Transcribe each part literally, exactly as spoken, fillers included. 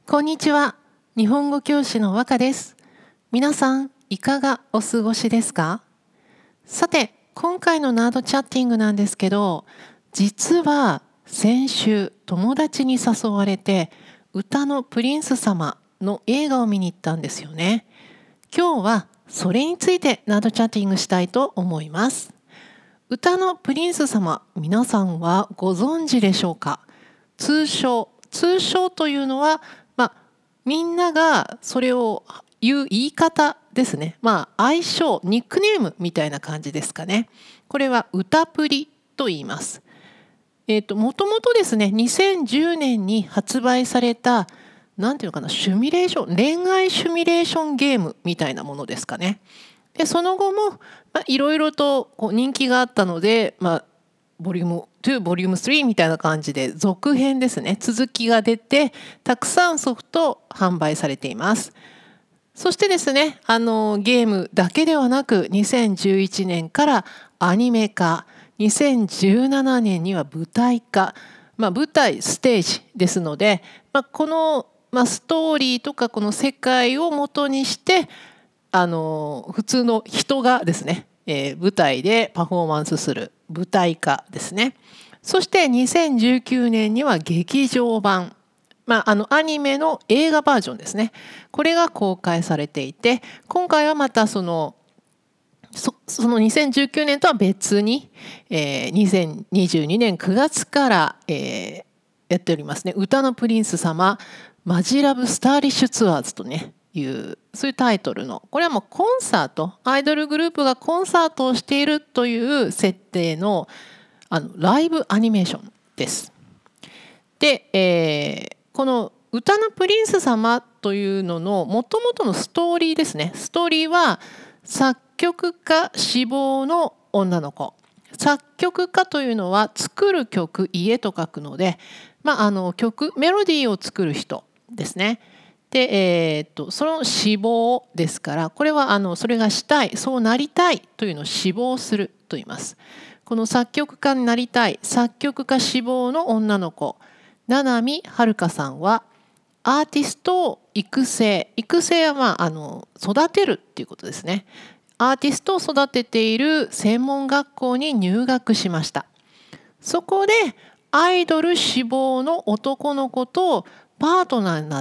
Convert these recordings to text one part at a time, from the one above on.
こんにちは。日本語教師の和歌です。皆さん、いかがお過ごしですか？さて、今回のナードチャッティングなんですけど、実は先週友達に誘われて、歌のプリンス様の映画を見に行ったんですよね。今日はそれについてナードチャッティングしたいと思います。歌のプリンス様、皆さんはご存知でしょうか？通称、通称というのは、まあ、みんながそれを言う言い方ですね。まあ、愛称、ニックネームみたいな感じですかね。これは歌プリと言います。えっと、もともとですね、にせんじゅうねんに発売された、なんていうのかな、シミュレーション、恋愛シミュレーションゲームみたいなものですかね。で、その後も、まあ、いろいろとこう人気があったので、まあ、ボリュームに、ボリュームさんみたいな感じで続編ですね、続きが出て、たくさんソフト販売されています。そしてですね、あのゲームだけではなく、にせんじゅういちねんからアニメ化、にせんじゅうななねんには舞台化、まあ、舞台ステージですので、まあ、この、まあ、ストーリーとかこの世界を元にしてあの普通の人がですね、えー、舞台でパフォーマンスする舞台化ですね。そしてにせんじゅうきゅうねんには劇場版、まあ、あのアニメの映画バージョンですね。これが公開されていて、今回はまたそのそ, そのにせんじゅうきゅうねんとは別に、えー、にせんにじゅうにねんくがつから、えー、やっておりますね。歌のプリンス様マジラブスターリッシュツアーズとねいうそういうタイトルの、これはもうコンサート、アイドルグループがコンサートをしているという設定の、あのライブアニメーションです。で、えー、この歌のプリンス様というののもともとのストーリーですね。ストーリーは作曲家志望の女の子。作曲家というのは作る曲、家と書くので、まあ、あの曲メロディーを作る人ですね。で、えー、っとその志望ですから、これはあのそれがしたい、そうなりたいというのを志望すると言います。この作曲家になりたい作曲家志望の女の子七海遥さんはアーティストを育成、育成は、まあ、あの育てるっていうことですね。アーティストを育てている専門学校に入学しました。そこでアイドル志望の男の子とパートナーになって、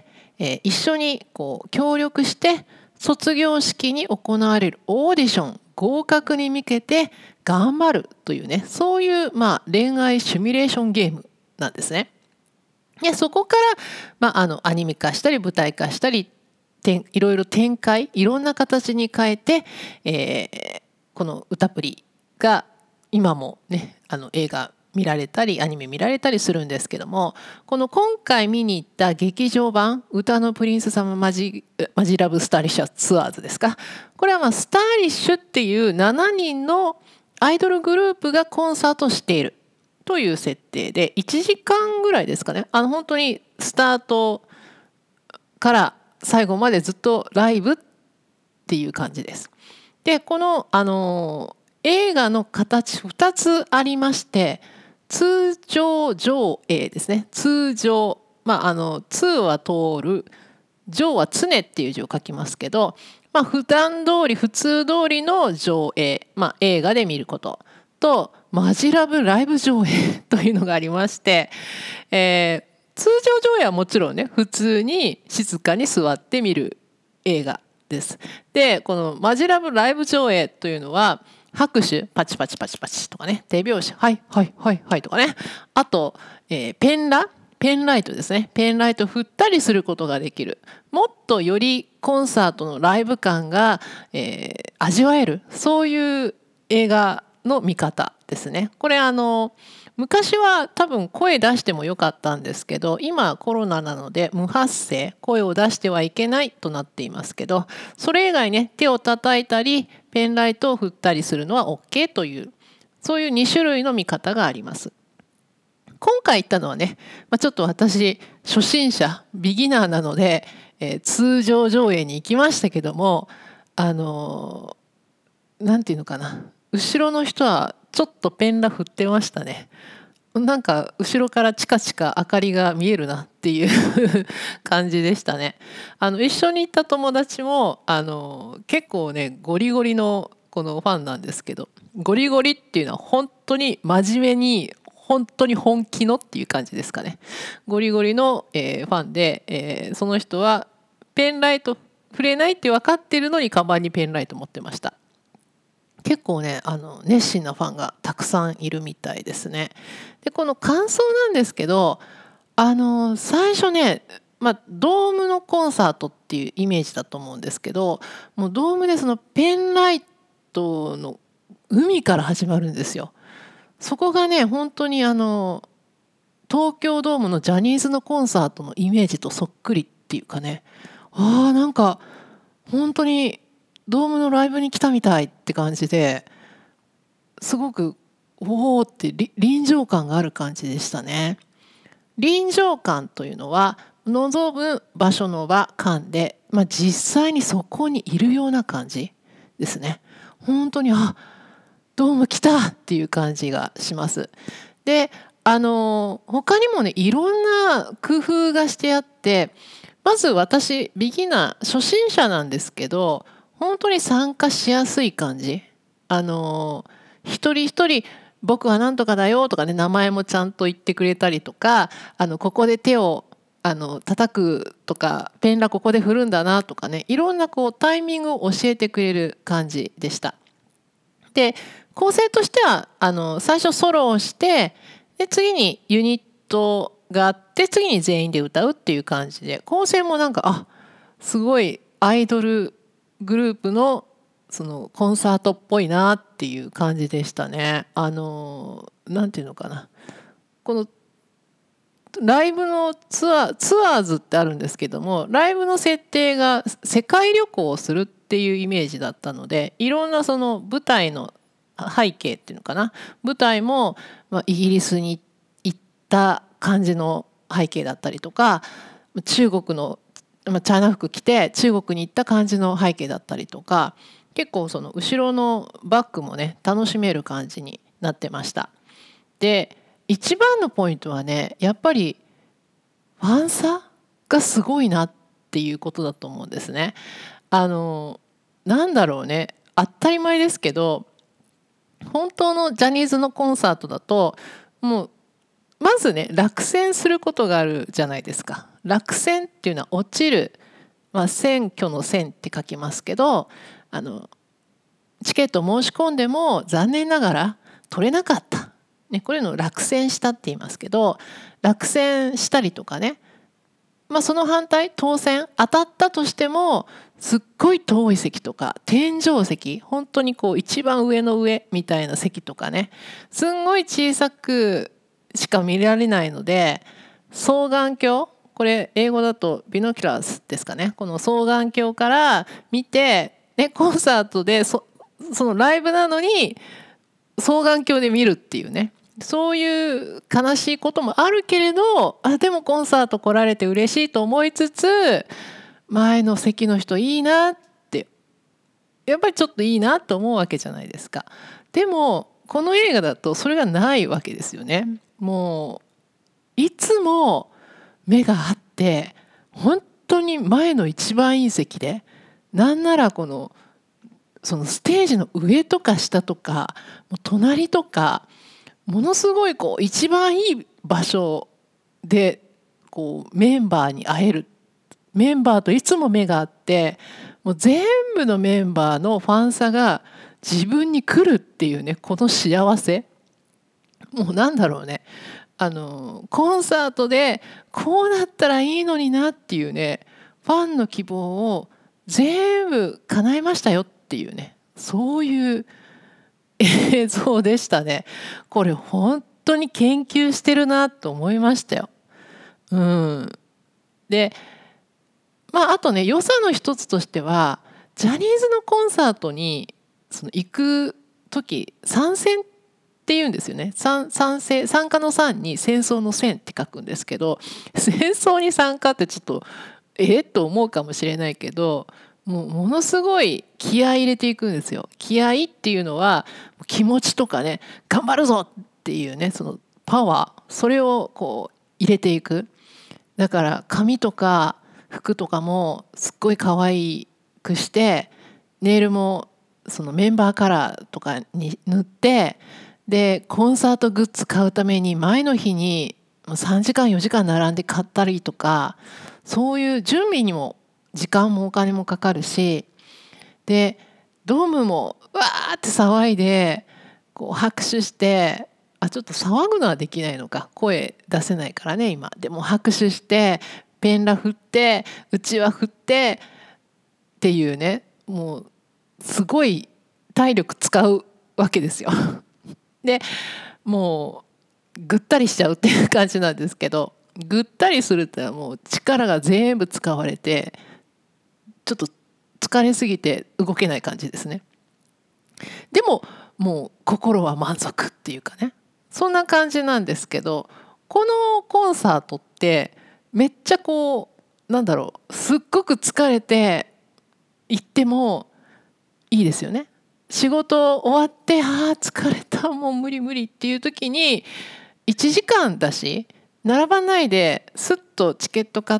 えー、一緒にこう協力して卒業式に行われるオーディション合格に向けて頑張るというね、そういう、まあ、恋愛シミュレーションゲームなんですね。でそこから、まあ、あのアニメ化したり舞台化したりいろいろ展開、いろんな形に変えて、えー、この歌プリが今もね、あの映画見られたりアニメ見られたりするんですけども、この今回見に行った劇場版歌のプリンス様マジマジラブスターリッシュツアーズですか。これはまあスターリッシュっていうしちにんのアイドルグループがコンサートしているという設定でいちじかんぐらいですかね。あの本当にスタートから最後までずっとライブっていう感じです。でこの、あの映画の形ふたつありまして、通常上映ですね。通常、まあ、あの通は通る、上は常っていう字を書きますけど、まあ、普段通り普通通りの上映、まあ、映画で見ることとマジラブライブ上映というのがありまして、えー通常上映はもちろんね、普通に静かに座って見る映画です。でこのマジラブライブ上映というのは拍手パチパチパチパチとかね、手拍子はいはいはいはいとかね、あと、えー、ペンラペンライトですね、ペンライト振ったりすることができる、もっとよりコンサートのライブ感が、えー、味わえる、そういう映画の見方ですね。これあの昔は多分声出してもよかったんですけど、今コロナなので無発声、声を出してはいけないとなっていますけど、それ以外ね、手を叩いたりペンライトを振ったりするのは OK という、そういうに種類の見方があります。今回言ったのはね、まあ、ちょっと私初心者ビギナーなので、えー、通常上映に行きましたけども、あのー、なんていうのかな、後ろの人はちょっとペンラ振ってましたね。 なんか後ろからチカチカ明かりが見えるなっていう感じでしたね。あの一緒に行った友達もあの結構ねゴリゴリのこのファンなんですけど、ゴリゴリっていうのは本当に真面目に本当に本気のっていう感じですかね。ゴリゴリの、えーファンで、えーその人はペンライト触れないって分かってるのにカバンにペンライト持ってました。結構ねあの熱心なファンがたくさんいるみたいですね。でこの感想なんですけど、あの最初ね、まあ、ドームのコンサートっていうイメージだと思うんですけど、もうドームでそのペンライトの海から始まるんですよ。そこがね本当にあの東京ドームのジャニーズのコンサートのイメージとそっくりっていうかね、あーなんか本当にドームのライブに来たみたいって感じで、すごくおおってり臨場感がある感じでしたね。臨場感というのは望む場所の場感で、まあ、実際にそこにいるような感じですね。本当にあドーム来たっていう感じがします。であの他にもねいろんな工夫がしてあって、まず私ビギナー初心者なんですけど本当に参加しやすい感じ。あの一人一人僕はなんとかだよとかね名前もちゃんと言ってくれたりとか、あのここで手をあの叩くとかペンラここで振るんだなとかね、いろんなこうタイミングを教えてくれる感じでした。で構成としてはあの最初ソロをしてで次にユニットがあって次に全員で歌うっていう感じで、構成もなんかあすごいアイドルグループのそのコンサートっぽいなっていう感じでしたね。あのなんていうのかな、このライブのツアーツアーズってあるんですけども、ライブの設定が世界旅行をするっていうイメージだったので、いろんなその舞台の背景っていうのかな、舞台も、まあ、イギリスに行った感じの背景だったりとか、中国の、まあ、チャイナ服着て中国に行った感じの背景だったりとか、結構その後ろのバックもね楽しめる感じになってました。で一番のポイントはねやっぱりファンサがすごいなっていうことだと思うんですね。あのなんだろうね、当たり前ですけど本当のジャニーズのコンサートだともうまずね落選することがあるじゃないですか。落選っていうのは落ちる、まあ、選挙の選って書きますけど、あのチケットを申し込んでも残念ながら取れなかった、ね、これの落選したって言いますけど、落選したりとかね、まあ、その反対当選当たったとしてもすっごい遠い席とか天井席、本当にこう一番上の上みたいな席とかね、すんごい小さくしか見られないので、双眼鏡、これ英語だとビノキュラースですかね、この双眼鏡から見て、ね、コンサートで そ, そのライブなのに双眼鏡で見るっていうね、そういう悲しいこともあるけれど、あでもコンサート来られて嬉しいと思いつつ前の席の人いいなってやっぱりちょっといいなと思うわけじゃないですか。でもこの映画だとそれがないわけですよね。もういつも目があって本当に前の一番いい席で、なんならこのそのステージの上とか下とかもう隣とかものすごいこう一番いい場所でこうメンバーに会える、メンバーといつも目があってもう全部のメンバーのファンサが自分に来るっていうね、この幸せ、もうなんだろうね、あのコンサートでこうなったらいいのになっていうね、ファンの希望を全部叶えましたよっていうね、そういう映像でしたね。これ本当に研究してるなと思いましたよ。うん、でまああとね良さの一つとしてはジャニーズのコンサートにその行く時参戦って言うんですよね。参参戦参加の参に戦争の戦って書くんですけど、戦争に参加ってちょっとえっと思うかもしれないけど、もうものすごい気合い入れていくんですよ。気合いっていうのは気持ちとかね、頑張るぞっていうね、そのパワー、それをこう入れていく。だから髪とか服とかもすっごい可愛くして、ネイルもそのメンバーカラーとかに塗って、でコンサートグッズ買うために前の日にさんじかんよじかん並んで買ったりとか、そういう準備にも時間もお金もかかるし、でドームもわーって騒いでこう拍手して、あちょっと騒ぐのはできないのか、声出せないからね今。でも拍手してペンラ振ってうちわ振ってっていうね、もうすごい体力使うわけですよ。でもうぐったりしちゃうっていう感じなんですけど、ぐったりするってのはもう力が全部使われて、ちょっと疲れすぎて動けない感じですね。でももう心は満足っていうかね、そんな感じなんですけど、このコンサートってめっちゃこうなんだろう、すっごく疲れて行ってもいいですよね。仕事終わってあー疲れたもう無理無理っていう時にいちじかんだし、並ばないですっとチケット買って、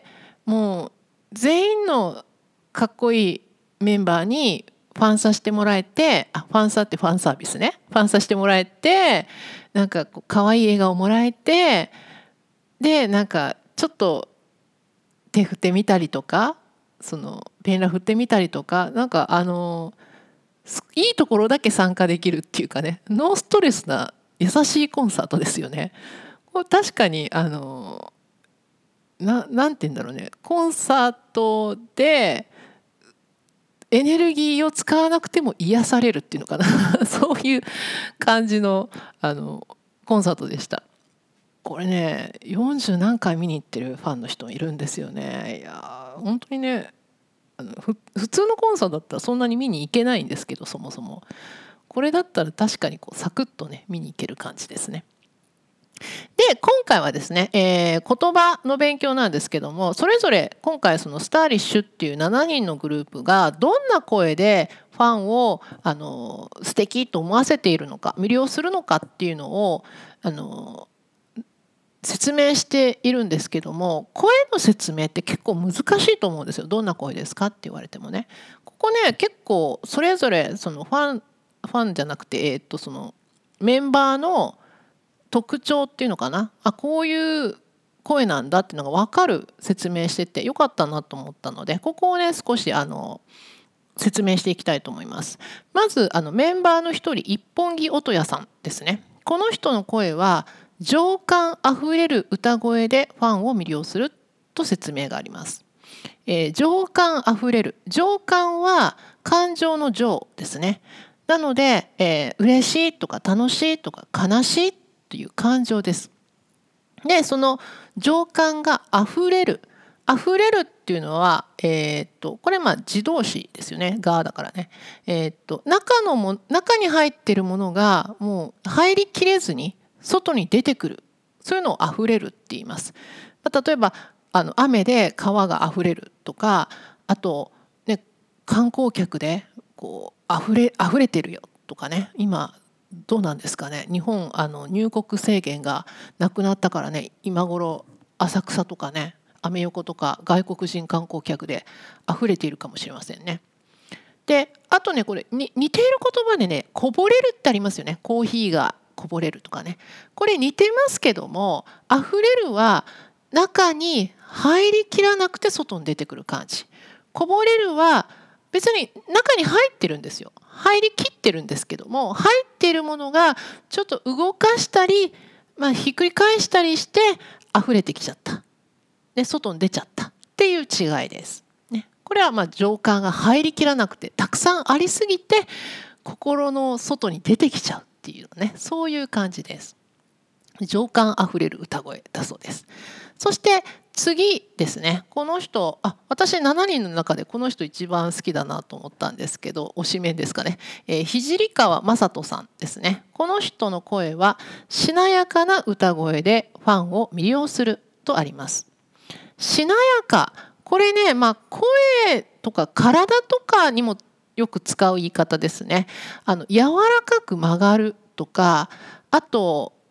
もう全員のかっこいいメンバーにファンサしてもらえて、あファンサってファンサービスね、ファンサしてもらえて、なんかこう可愛い笑顔もらえて、でなんかちょっと手振ってみたりとか、そのペンラ振ってみたりとか、なんかあのいいところだけ参加できるっていうかね、ノーストレスな優しいコンサートですよね。これ確かにあのななんて言うんだろうね、コンサートでエネルギーを使わなくても癒されるっていうのかなそういう感じのあのコンサートでした。これねよんじゅう何回見に行ってるファンの人いるんですよね。いや本当にね、あのふ普通のコンサートだったらそんなに見に行けないんですけど、そもそもこれだったら確かにこうサクッとね見に行ける感じですね。で今回はですね、えー言葉の勉強なんですけども、それぞれ今回そのスターリッシュっていうしちにんのグループがどんな声でファンをあの素敵と思わせているのか、魅了するのかっていうのをあの説明しているんですけども、声の説明って結構難しいと思うんですよ。どんな声ですかって言われてもね、ここね結構それぞれそのファンファンじゃなくて、えー、っとそのメンバーの特徴っていうのかな、あこういう声なんだっていうのが分かる説明しててよかったなと思ったので、ここをね少しあの説明していきたいと思います。まずあのメンバーの一人一本木音也さんですね。この人の声は情感あふれる歌声でファンを魅了すると説明があります。えー、情感あふれる、情感は感情の情ですね。なので、えー、嬉しいとか楽しいとか悲しいという感情です。でその情感があふれる、あふれるっていうのは、えー、っとこれまあ自動詞ですよね。がだからね、えー、っと中のも中に入っているものがもう入りきれずに外に出てくる、そういうのをあふれるって言います。例えばあの雨で川があふれるとか、あと、ね、観光客でこうあふれあふれてるよとかね、今どうなんですかね、日本あの入国制限がなくなったからね、今頃浅草とかねアメ横とか外国人観光客であふれているかもしれませんね。であとねこれに似ている言葉でね、こぼれるってありますよね。コーヒーがこぼれるとかね、これ似てますけども、あふれるは中に入りきらなくて外に出てくる感じ、こぼれるは別に中に入ってるんですよ。入りきってるんですけども、入っているものがちょっと動かしたり、まあ、ひっくり返したりして溢れてきちゃった、で外に出ちゃったっていう違いです、ね、これはまあ情感が入りきらなくてたくさんありすぎて心の外に出てきちゃうっていうね、そういう感じです。情感あふれる歌声だそうです。そして次ですね、この人、あ私しちにんの中でこの人一番好きだなと思ったんですけど、推しメンですかね、えー、聖川雅人さんですね。この人の声はしなやかな歌声でファンを魅了するとあります。しなやか、これね、まあ、声とか体とかにもよく使う言い方ですね。あの柔らかく曲がるとか、あと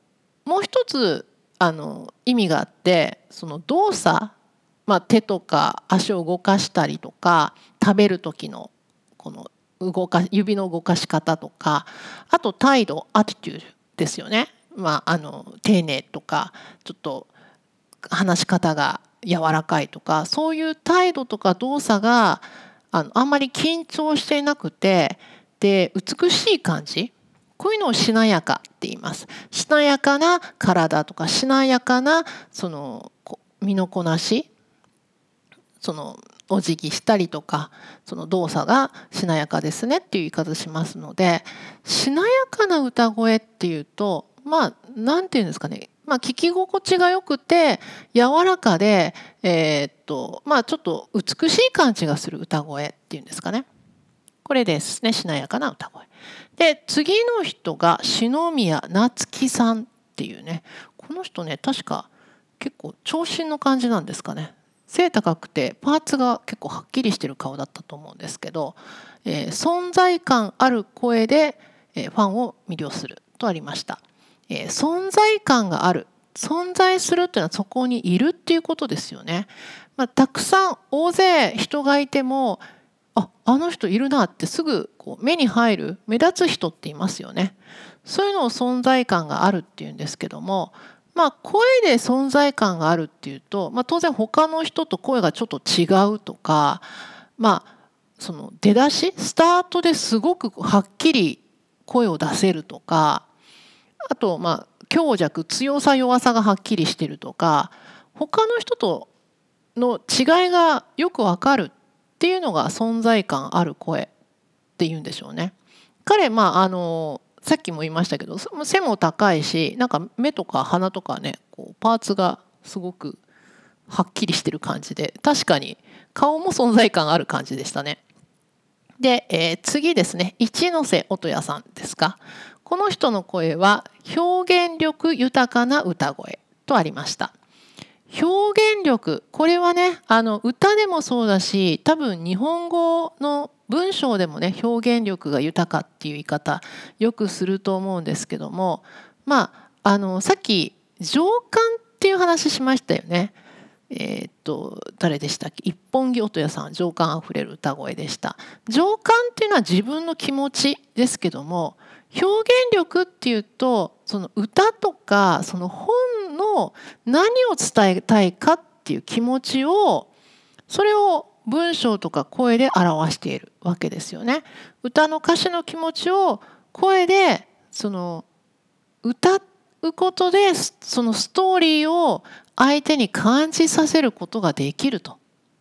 もう一つあの意味があって、その動作、まあ、手とか足を動かしたりとか、食べる時のこの動か指の動かし方とか、あと態度、アティチュードですよね。まあ、あの丁寧とか、ちょっと話し方が柔らかいとか、そういう態度とか動作があのあんまり緊張していなくて、で美しい感じ、こういうのをしなやかって言います。しなやかな体とか、しなやかなその身のこなし、そのお辞儀したりとか、その動作がしなやかですねっていう言い方しますので、しなやかな歌声っていうと、まあなんていうんですかね、まあ、聞き心地がよくて柔らかで、えー、っとまあちょっと美しい感じがする歌声っていうんですかね。これですね、しなやかな歌声。で次の人が篠宮夏樹さんっていうね、この人ね確か結構長身の感じなんですかね。背高くてパーツが結構はっきりしてる顔だったと思うんですけど、えー、存在感ある声で、えー、ファンを魅了するとありました。えー、存在感がある、存在するっていうのはそこにいるっていうことですよね。まあ、たくさん大勢人がいても、あ、あの人いるなってすぐこう目に入る、目立つ人っていますよね。そういうのを存在感があるっていうんですけども、まあ、声で存在感があるっていうと、まあ、当然他の人と声がちょっと違うとか、まあ、その出だしスタートですごくはっきり声を出せるとか、あとまあ強弱、強さ弱さがはっきりしてるとか、他の人との違いがよくわかるっていうのが存在感ある声っていうんでしょうね。彼、まああのさっきも言いましたけど、背も高いし、なんか目とか鼻とかね、こうパーツがすごくはっきりしてる感じで、確かに顔も存在感ある感じでしたね。で、えー、次ですね、一ノ瀬音也さんですか。この人の声は表現力豊かな歌声とありました。表現力、これはね、あの歌でもそうだし、多分日本語の文章でもね、表現力が豊かっていう言い方よくすると思うんですけども、まああのさっき情感っていう話しましたよね。えー、っと誰でしたっけ、一本木音也さん、情感あふれる歌声でした。情感っていうのは自分の気持ちですけども、表現力っていうとその歌とかその本の何を伝えたいかっていう気持ちを、それを文章とか声で表しているわけですよね。歌の歌詞の気持ちを声でその歌うことで、そのストーリーを相手に感じさせることができると。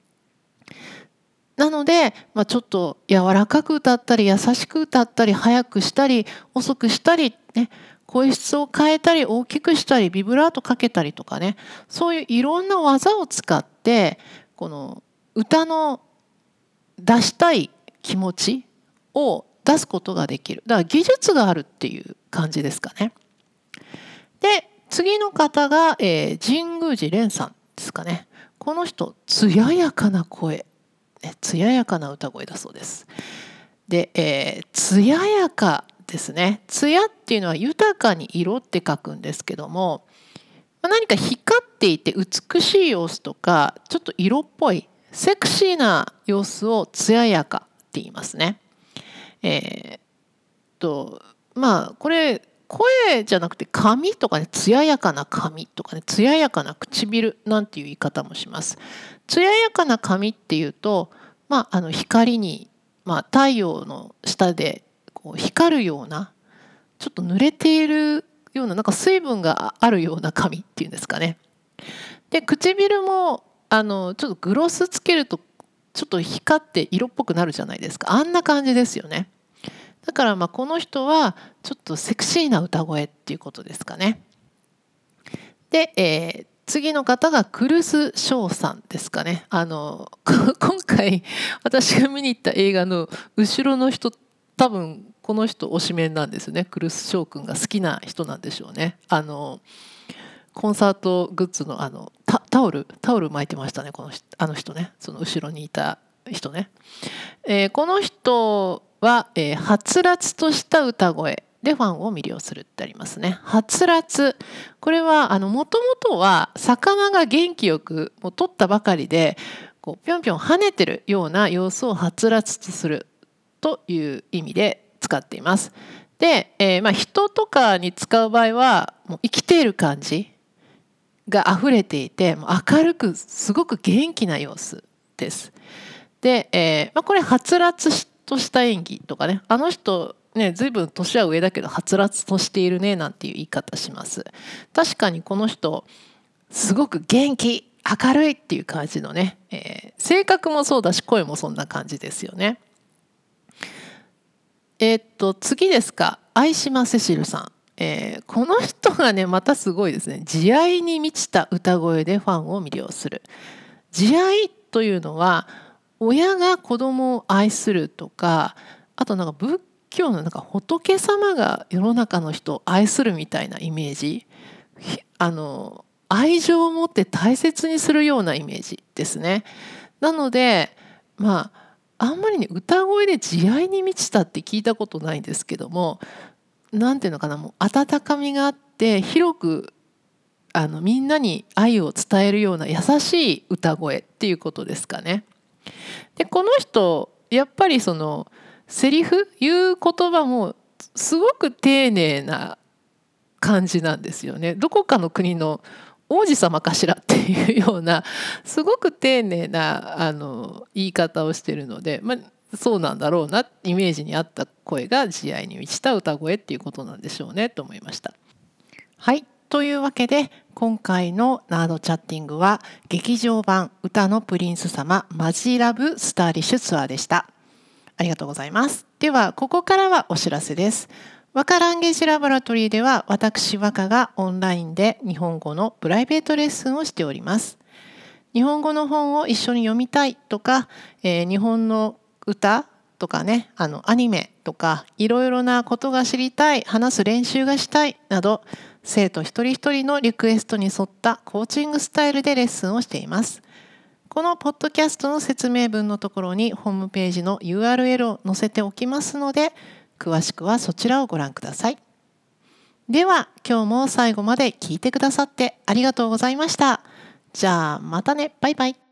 なので、まあ、ちょっと柔らかく歌ったり優しく歌ったり速くしたり遅くしたり、ね、声質を変えたり大きくしたりビブラートかけたりとかね、そういういろんな技を使ってこの歌の出したい気持ちを出すことができる。だから技術があるっていう感じですかね。で次の方が、えー、神宮寺蓮さんですかね。この人艶やかな声、艶やかな歌声だそうです。で、えー、艶やかですね。艶っていうのは豊かに色って書くんですけども、何か光っていて美しい様子とかちょっと色っぽいセクシーな様子を艶やかって言いますね。えー、とまあこれ声じゃなくて髪とかね、艶やかな髪とかね、艶やかな唇なんていう言い方もします。艶やかな髪っていうと、まあ、あの光に、まあ、太陽の下でこう光るような、ちょっと濡れているような、なんか水分があるような髪っていうんですかね。で唇もあのちょっとグロスつけるとちょっと光って色っぽくなるじゃないですか。あんな感じですよね。だからまあこの人はちょっとセクシーな歌声っていうことですかね。で、えー、次の方がクルス・ショーさんですかね。あの今回私が見に行った映画の後ろの人、多分この人推しメンなんですよね。クルス・ショー君が好きな人なんでしょうね。あのコンサートグッズのあの タ, タオルタオル巻いてましたね、この人、あの人ね、その後ろにいた人ね。えー、この人は、えー、はつらつとした歌声でファンを魅了するってありますね。はつらつ、これはもともとは魚が元気よくもう取ったばかりでこうぴょんぴょん跳ねてるような様子をはつらつとするという意味で使っています。で、えーまあ、人とかに使う場合はもう生きている感じが溢れていてもう明るくすごく元気な様子です。で、えーまあ、これはつらつとした演技とかね、あの人ね随分年は上だけどはつらつとしているねなんていう言い方します。確かにこの人すごく元気明るいっていう感じのね、えー、性格もそうだし声もそんな感じですよね。えー、っと次ですか、相島セシルさん。えー、この人がねまたすごいですね。慈愛に満ちた歌声でファンを魅了する。慈愛というのは親が子供を愛するとか、あとなんか仏教のなんか仏様が世の中の人を愛するみたいなイメージ、あの愛情を持って大切にするようなイメージですね。なのでまああんまりね歌声で慈愛に満ちたって聞いたことないんですけども、なんていうのかな、もう温かみがあって広くあのみんなに愛を伝えるような優しい歌声っていうことですかね。でこの人やっぱりそのセリフ言う言葉もすごく丁寧な感じなんですよね。どこかの国の王子様かしらっていうようなすごく丁寧なあの言い方をしているので、まあ、そうなんだろうなイメージに合った声が慈愛に満ちた歌声っていうことなんでしょうねと思いました。はい、というわけで今回のナードチャッティングは劇場版歌のプリンス様マジラブスターリッシュツアーでした。ありがとうございます。ではここからはお知らせです。和歌ランゲージラボラトリーでは私和歌がオンラインで日本語のプライベートレッスンをしております。日本語の本を一緒に読みたいとか、えー、日本の歌とかね、あのアニメとかいろいろなことが知りたい、話す練習がしたいなど生徒一人一人のリクエストに沿ったコーチングスタイルでレッスンをしています。このポッドキャストの説明文のところにホームページの ユーアールエル を載せておきますので、詳しくはそちらをご覧ください。では今日も最後まで聞いてくださってありがとうございました。じゃあまたね、バイバイ。